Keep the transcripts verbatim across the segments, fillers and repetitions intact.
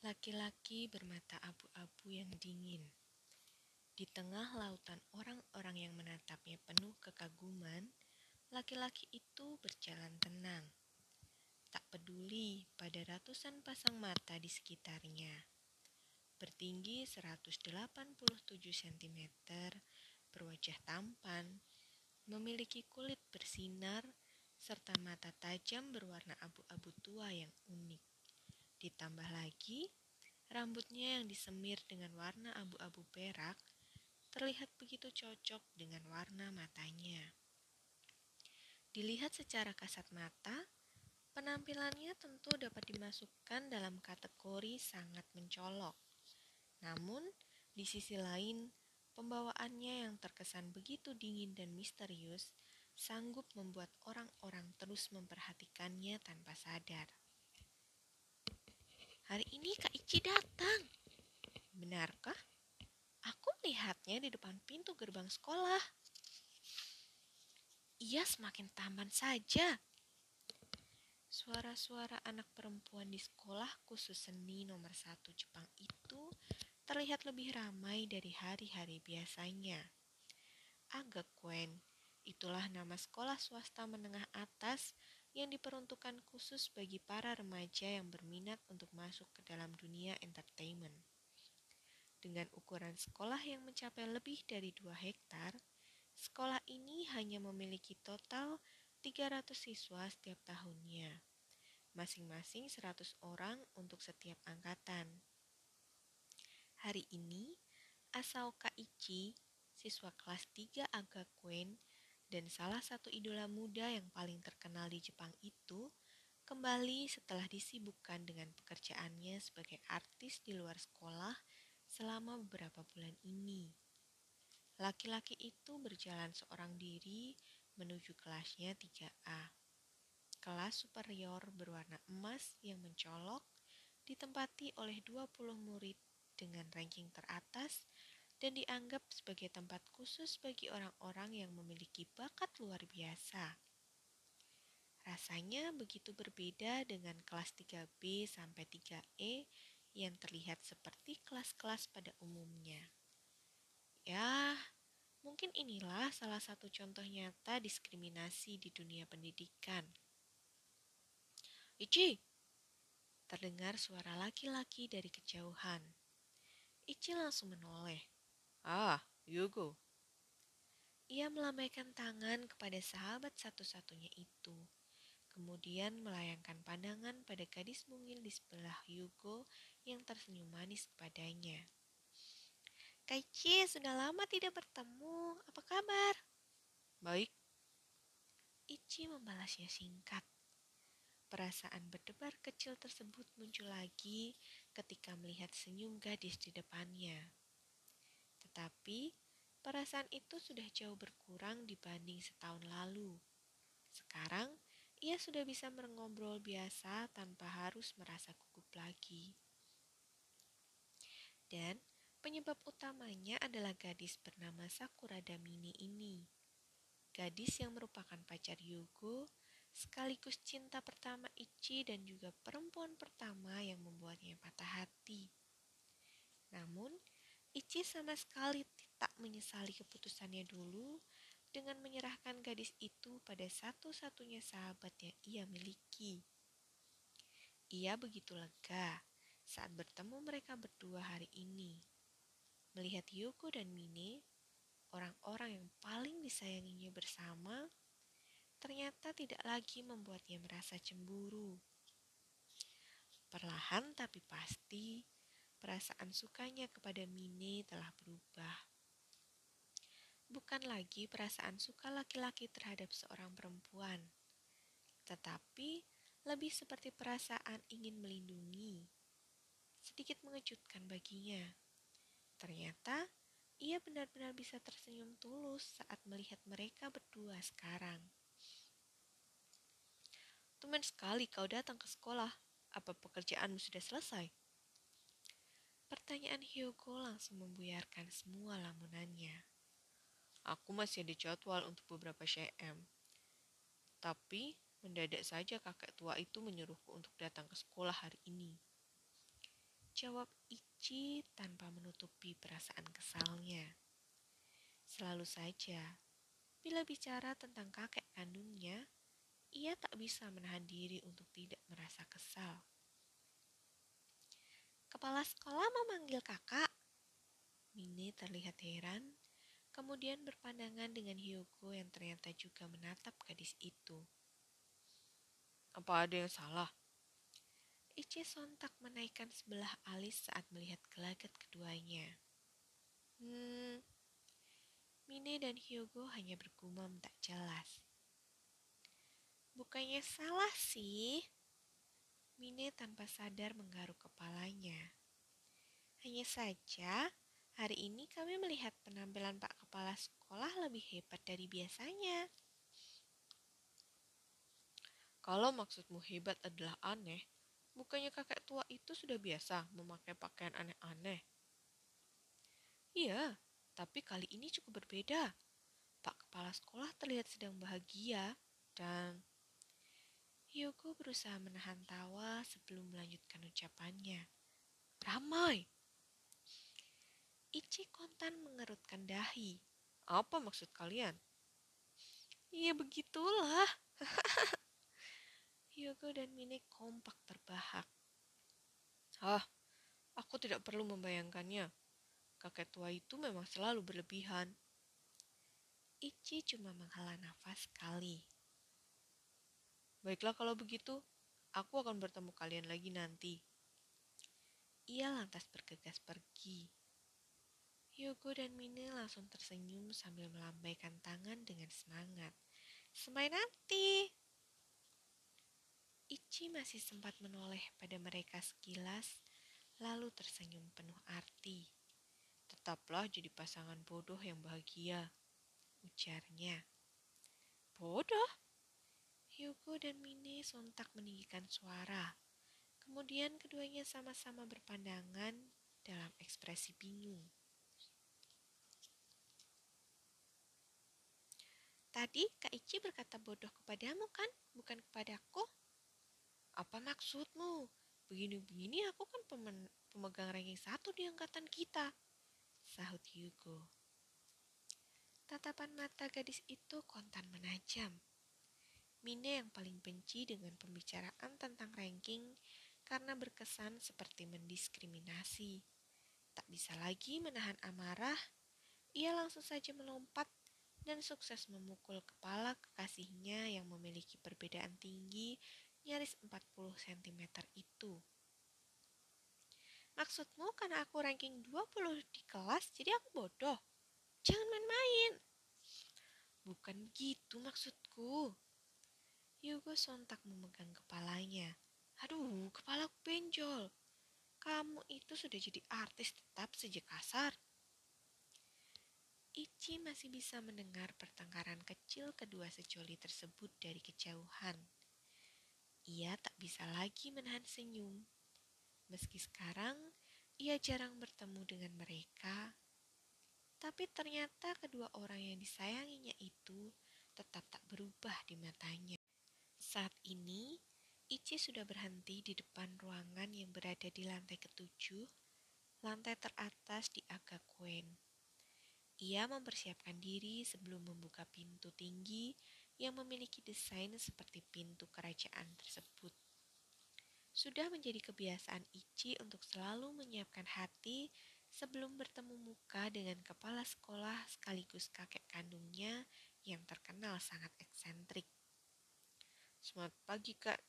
Laki-laki bermata abu-abu yang dingin. Di tengah lautan orang-orang yang menatapnya penuh kekaguman, laki-laki itu berjalan tenang. Tak peduli pada ratusan pasang mata di sekitarnya. Bertinggi seratus delapan puluh tujuh sentimeter, berwajah tampan, memiliki kulit bersinar, serta mata tajam berwarna abu-abu tua yang unik. Ditambah lagi, rambutnya yang disemir dengan warna abu-abu perak terlihat begitu cocok dengan warna matanya. Dilihat secara kasat mata, penampilannya tentu dapat dimasukkan dalam kategori sangat mencolok. Namun, di sisi lain, pembawaannya yang terkesan begitu dingin dan misterius sanggup membuat orang-orang terus memperhatikannya tanpa sadar. Hari ini Kak Ici datang. Benarkah? Aku melihatnya di depan pintu gerbang sekolah. Ia semakin tampan saja. Suara-suara anak perempuan di sekolah khusus seni nomor satu Jepang itu terlihat lebih ramai dari hari-hari biasanya. Agakuen, itulah nama sekolah swasta menengah atas yang diperuntukkan khusus bagi para remaja yang berminat untuk masuk ke dalam dunia entertainment. Dengan ukuran sekolah yang mencapai lebih dari dua hektar, sekolah ini hanya memiliki total tiga ratus siswa setiap tahunnya, masing-masing seratus orang untuk setiap angkatan. Hari ini, Asaoka Ichi, siswa kelas tiga Agakuen, dan salah satu idola muda yang paling terkenal di Jepang itu, kembali setelah disibukkan dengan pekerjaannya sebagai artis di luar sekolah selama beberapa bulan ini. Laki-laki itu berjalan seorang diri menuju kelasnya tiga A. Kelas superior berwarna emas yang mencolok ditempati oleh dua puluh murid dengan ranking teratas dan dianggap sebagai tempat khusus bagi orang-orang yang memiliki bakat luar biasa. Rasanya begitu berbeda dengan kelas tiga B sampai tiga E yang terlihat seperti kelas-kelas pada umumnya. Ya, mungkin inilah salah satu contoh nyata diskriminasi di dunia pendidikan. Ichi, terdengar suara laki-laki dari kejauhan. Ichi langsung menoleh. Ah, Yugo. Ia melambaikan tangan kepada sahabat satu-satunya itu. Kemudian melayangkan pandangan pada gadis mungil di sebelah Yugo yang tersenyum manis kepadanya. Kaichi, sudah lama tidak bertemu. Apa kabar? Baik. Ichi membalasnya singkat. Perasaan berdebar kecil tersebut muncul lagi ketika melihat senyum gadis di depannya. Tetapi, perasaan itu sudah jauh berkurang dibanding setahun lalu. Sekarang, ia sudah bisa mengobrol biasa tanpa harus merasa gugup lagi. Dan penyebab utamanya adalah gadis bernama Sakura Damine ini. Gadis yang merupakan pacar Yugo, sekaligus cinta pertama Ichi dan juga perempuan pertama yang membuatnya patah hati. Namun, Ichi sama sekali tak menyesali keputusannya dulu dengan menyerahkan gadis itu pada satu-satunya sahabat yang ia miliki. Ia begitu lega saat bertemu mereka berdua hari ini. Melihat Yugo dan Mine, orang-orang yang paling disayanginya bersama, ternyata tidak lagi membuatnya merasa cemburu. Perlahan tapi pasti, perasaan sukanya kepada Mine telah berubah. Bukan lagi perasaan suka laki-laki terhadap seorang perempuan, tetapi lebih seperti perasaan ingin melindungi. Sedikit mengejutkan baginya. Ternyata, ia benar-benar bisa tersenyum tulus saat melihat mereka berdua sekarang. Tumben sekali kau datang ke sekolah. Apa pekerjaanmu sudah selesai? Pertanyaan Hyugo langsung membuyarkan semua lamunannya. Aku masih ada jadwal untuk beberapa C M. Tapi, mendadak saja kakek tua itu menyuruhku untuk datang ke sekolah hari ini. Jawab Ichi tanpa menutupi perasaan kesalnya. Selalu saja, bila bicara tentang kakek kandungnya, ia tak bisa menahan diri untuk tidak merasa kesal. Kepala sekolah memanggil kakak. Mine terlihat heran, kemudian berpandangan dengan Hyugo yang ternyata juga menatap gadis itu. Apa ada yang salah? Ichi sontak menaikkan sebelah alis saat melihat gelagat keduanya. Hmm, Mine dan Hyugo hanya bergumam tak jelas. Bukannya salah sih. Mine tanpa sadar menggaruk kepalanya. Hanya saja, hari ini kami melihat penampilan Pak Kepala Sekolah lebih hebat dari biasanya. Kalau maksudmu hebat adalah aneh, bukannya kakek tua itu sudah biasa memakai pakaian aneh-aneh? Iya, tapi kali ini cukup berbeda. Pak Kepala Sekolah terlihat sedang bahagia dan... Hyugo berusaha menahan tawa sebelum melanjutkan ucapannya. Ramai! Ichi kontan mengerutkan dahi. Apa maksud kalian? Iya begitulah. Hyugo dan Mine kompak terbahak. Ah, aku tidak perlu membayangkannya. Kakek tua itu memang selalu berlebihan. Ichi cuma menghela nafas sekali. Baiklah kalau begitu, aku akan bertemu kalian lagi nanti. Ia lantas bergegas pergi. Hyugo dan Mine langsung tersenyum sambil melambaikan tangan dengan semangat. Sampai nanti. Ichi masih sempat menoleh pada mereka sekilas, lalu tersenyum penuh arti. Tetaplah jadi pasangan bodoh yang bahagia, ujarnya. Bodoh? Hyugo dan Mine sontak meninggikan suara. Kemudian keduanya sama-sama berpandangan dalam ekspresi bingung. Tadi Kak Ichi berkata bodoh kepadamu kan, bukan kepadaku? Apa maksudmu? Begini-begini aku kan pemen- pemegang ranking satu di angkatan kita, sahut Hyugo. Tatapan mata gadis itu kontan menajam. Mine yang paling benci dengan pembicaraan tentang ranking karena berkesan seperti mendiskriminasi. Tak bisa lagi menahan amarah, ia langsung saja melompat dan sukses memukul kepala kekasihnya yang memiliki perbedaan tinggi nyaris empat puluh sentimeter itu. Maksudmu karena aku ranking dua puluh di kelas, jadi aku bodoh? Jangan main-main. Bukan begitu maksudku. Hyugo sontak memegang kepalanya. Aduh, kepalaku benjol. Kamu itu sudah jadi artis tetap sejak kasar. Ichi masih bisa mendengar pertengkaran kecil kedua sejoli tersebut dari kejauhan. Ia tak bisa lagi menahan senyum. Meski sekarang ia jarang bertemu dengan mereka, tapi ternyata kedua orang yang disayanginya itu tetap tak berubah di matanya. Saat ini, Ichi sudah berhenti di depan ruangan yang berada di lantai ketujuh, lantai teratas di Agakuen. Ia mempersiapkan diri sebelum membuka pintu tinggi yang memiliki desain seperti pintu kerajaan tersebut. Sudah menjadi kebiasaan Ichi untuk selalu menyiapkan hati sebelum bertemu muka dengan kepala sekolah sekaligus kakek kandungnya yang terkenal sangat eksentrik. Selamat pagi, Kak.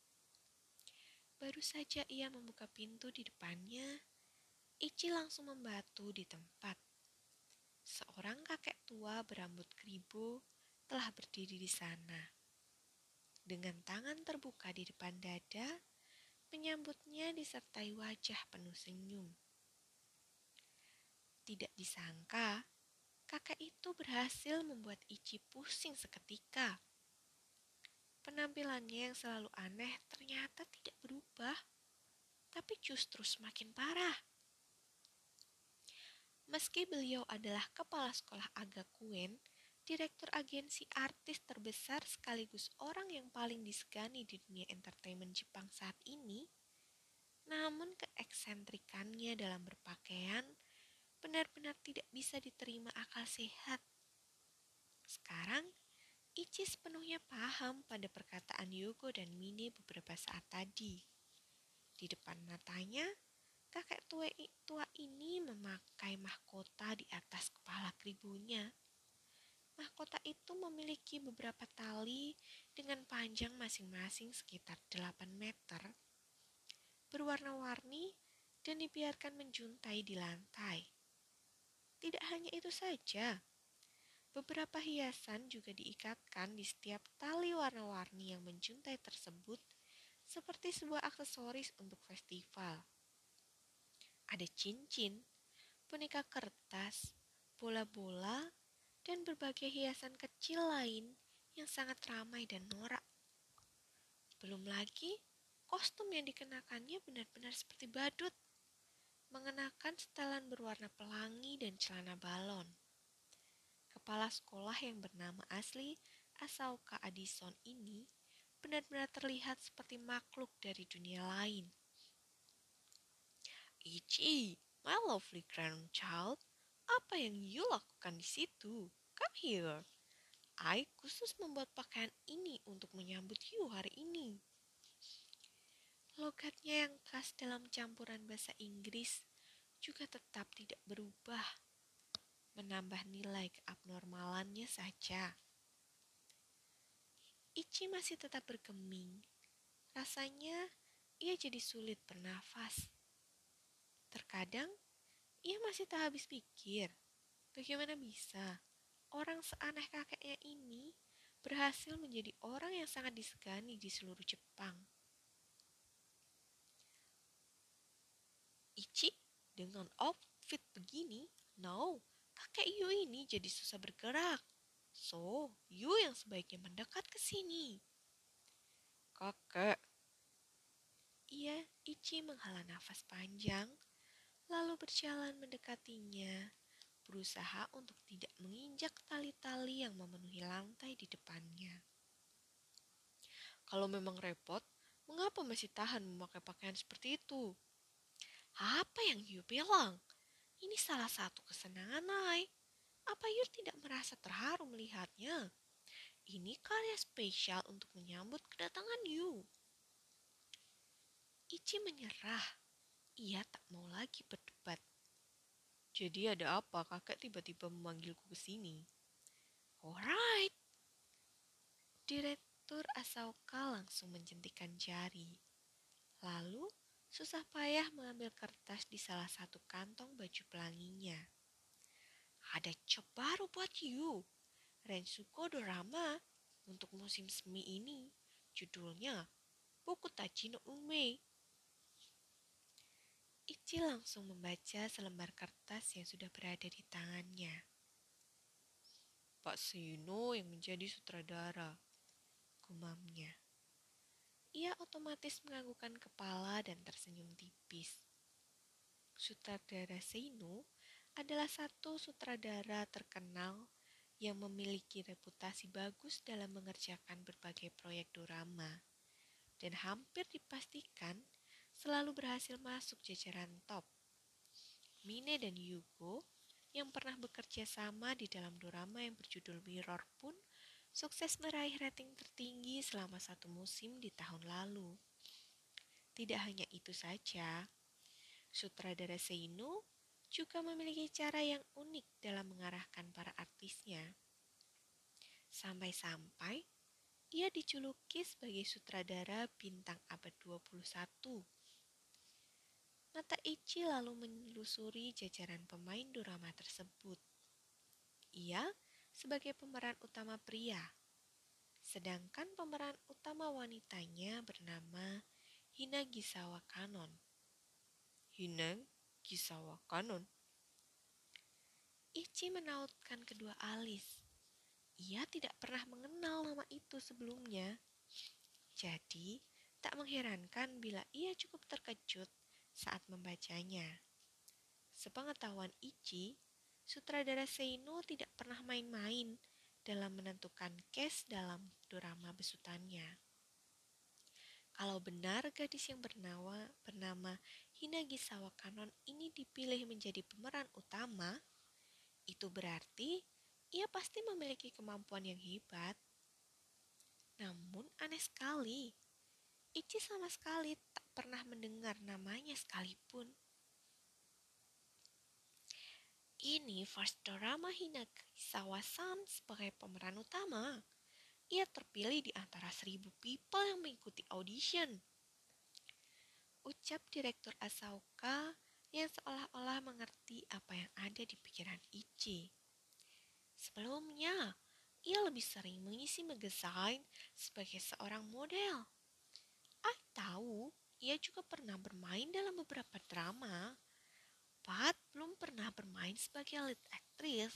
Baru saja ia membuka pintu di depannya, Ichi langsung membatu di tempat. Seorang kakek tua berambut kribo telah berdiri di sana. Dengan tangan terbuka di depan dada, menyambutnya disertai wajah penuh senyum. Tidak disangka, kakek itu berhasil membuat Ichi pusing seketika. Penampilannya yang selalu aneh ternyata tidak berubah, tapi justru semakin parah. Meski beliau adalah kepala sekolah Agakuen, direktur agensi artis terbesar sekaligus orang yang paling disegani di dunia entertainment Jepang saat ini, namun keeksentrikannya dalam berpakaian benar-benar tidak bisa diterima akal sehat. Sekarang, Ichi sepenuhnya paham pada perkataan Yugo dan Mine beberapa saat tadi. Di depan matanya, kakek tua, tua ini memakai mahkota di atas kepala keribunya. Mahkota itu memiliki beberapa tali dengan panjang masing-masing sekitar delapan meter, berwarna-warni dan dibiarkan menjuntai di lantai. Tidak hanya itu saja, beberapa hiasan juga diikatkan di setiap tali warna-warni yang menjuntai tersebut seperti sebuah aksesoris untuk festival. Ada cincin, boneka kertas, bola-bola, dan berbagai hiasan kecil lain yang sangat ramai dan norak. Belum lagi, kostum yang dikenakannya benar-benar seperti badut, mengenakan setelan berwarna pelangi dan celana balon. Kepala sekolah yang bernama asli Asaoka Addison ini benar-benar terlihat seperti makhluk dari dunia lain. Ichi, my lovely grandchild, apa yang you lakukan di situ? Come here. I khusus membuat pakaian ini untuk menyambut you hari ini. Logatnya yang khas dalam campuran bahasa Inggris juga tetap tidak berubah, menambah nilai keabnormalannya saja. Ichi masih tetap bergeming. Rasanya ia jadi sulit bernafas. Terkadang ia masih tak habis pikir, bagaimana bisa orang seaneh kakeknya ini berhasil menjadi orang yang sangat disegani di seluruh Jepang. Ichi, dengan outfit begini, no, kakek you ini jadi susah bergerak. So, you yang sebaiknya mendekat ke sini. Kakek. Iya, Ichi menghela nafas panjang, lalu berjalan mendekatinya, berusaha untuk tidak menginjak tali-tali yang memenuhi lantai di depannya. Kalau memang repot, mengapa masih tahan memakai pakaian seperti itu? Apa yang you bilang? Ini salah satu kesenangan, Nai. Apa you tidak merasa terharu melihatnya? Ini karya spesial untuk menyambut kedatangan you. Ichi menyerah. Ia tak mau lagi berdebat. Jadi ada apa kakek tiba-tiba memanggilku ke sini? Alright. Direktur Asaoka langsung menjentikan jari. Lalu susah payah mengambil kertas di salah satu kantong baju pelanginya. Ada job baru buat you. Rensuko Dorama untuk musim semi ini. Judulnya Bokutachi no Ume. Ichi langsung membaca selembar kertas yang sudah berada di tangannya. Pak Seino yang menjadi sutradara, gumamnya. Ia otomatis menganggukkan kepala dan tersenyum tipis. Sutradara Seino adalah satu sutradara terkenal yang memiliki reputasi bagus dalam mengerjakan berbagai proyek dorama dan hampir dipastikan selalu berhasil masuk jajaran top. Mine dan Yugo yang pernah bekerja sama di dalam dorama yang berjudul Mirror pun sukses meraih rating tertinggi selama satu musim di tahun lalu. Tidak hanya itu saja, sutradara Seino juga memiliki cara yang unik dalam mengarahkan para artisnya. Sampai-sampai ia dijuluki sebagai sutradara bintang abad dua puluh satu. Mata Ichi lalu menelusuri jajaran pemain dorama tersebut. Ia sebagai pemeran utama pria, sedangkan pemeran utama wanitanya bernama Hinagisawa Kanon. Hinagisawa Kanon. Ichi menautkan kedua alis. Ia tidak pernah mengenal nama itu sebelumnya. Jadi, tak mengherankan bila ia cukup terkejut saat membacanya. Sepengetahuan Ichi, sutradara Seino tidak pernah main-main dalam menentukan cast dalam dorama besutannya. Kalau benar gadis yang bernama, bernama Hinagisawa Kanon ini dipilih menjadi pemeran utama, itu berarti ia pasti memiliki kemampuan yang hebat. Namun aneh sekali, Ichi sama sekali tak pernah mendengar namanya sekalipun. Ini first drama Hinagisawa-san sebagai pemeran utama. Ia terpilih di antara seribu people yang mengikuti audition. Ucap Direktur Asaoka yang seolah-olah mengerti apa yang ada di pikiran Ichi. Sebelumnya, ia lebih sering mengisi magazine sebagai seorang model. Ai tahu, ia juga pernah bermain dalam beberapa drama, but belum pernah bermain sebagai lead actress.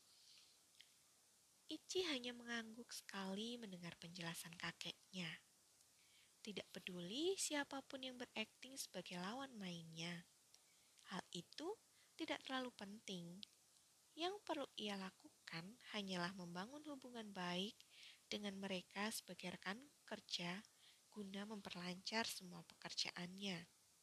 Ichi hanya mengangguk sekali mendengar penjelasan kakeknya. Tidak peduli siapapun yang berakting sebagai lawan mainnya. Hal itu tidak terlalu penting. Yang perlu ia lakukan hanyalah membangun hubungan baik dengan mereka sebagai rekan kerja guna memperlancar semua pekerjaannya.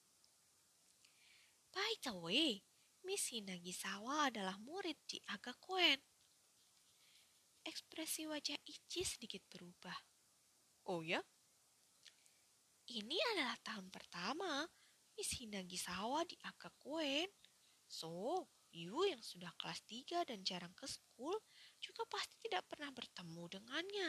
By the way, Miss Hinagisawa adalah murid di Agakuen. Ekspresi wajah Ichi sedikit berubah. Oh ya? Ini adalah tahun pertama Miss Hinagisawa di Agakuen. So, you yang sudah kelas tiga dan jarang ke school juga pasti tidak pernah bertemu dengannya.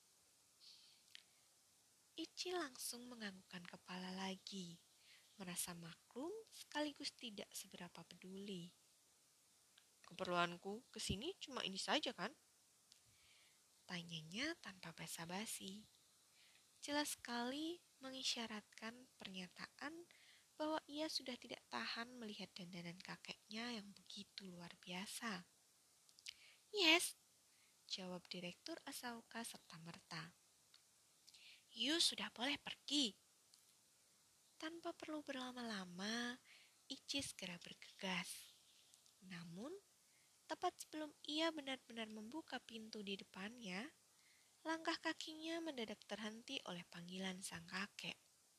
Ichi langsung menganggukkan kepala lagi, merasa maklum sekaligus tidak seberapa peduli. Keperluanku kesini cuma ini saja kan? Tanyanya tanpa basa-basi. Jelas sekali mengisyaratkan pernyataan bahwa ia sudah tidak tahan melihat dandanan kakeknya yang begitu luar biasa. Yes, jawab Direktur Asaoka serta-merta. You sudah boleh pergi. Tanpa perlu berlama-lama, Ichi segera bergegas. Namun, tepat sebelum ia benar-benar membuka pintu di depannya, langkah kakinya mendadak terhenti oleh panggilan sang kakek.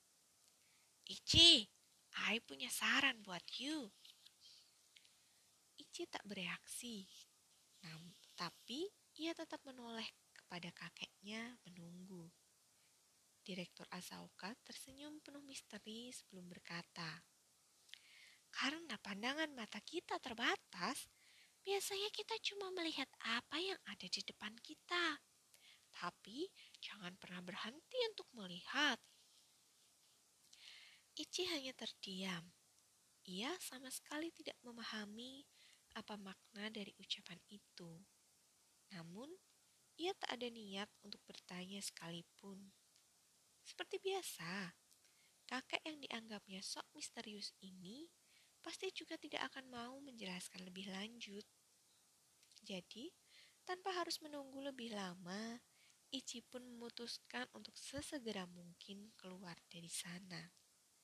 Ichi, I punya saran buat you. Ichi tak bereaksi, Nam, tapi ia tetap menoleh kepada kakeknya menunggu. Direktur Asaoka tersenyum penuh misteri sebelum berkata, karena pandangan mata kita terbatas, biasanya kita cuma melihat apa yang ada di depan kita. Tapi jangan pernah berhenti untuk melihat. Ichi hanya terdiam. Ia sama sekali tidak memahami apa makna dari ucapan itu. Namun, ia tak ada niat untuk bertanya sekalipun. Seperti biasa, kakek yang dianggapnya sok misterius ini pasti juga tidak akan mau menjelaskan lebih lanjut. Jadi, tanpa harus menunggu lebih lama, Ichi pun memutuskan untuk sesegera mungkin keluar dari sana.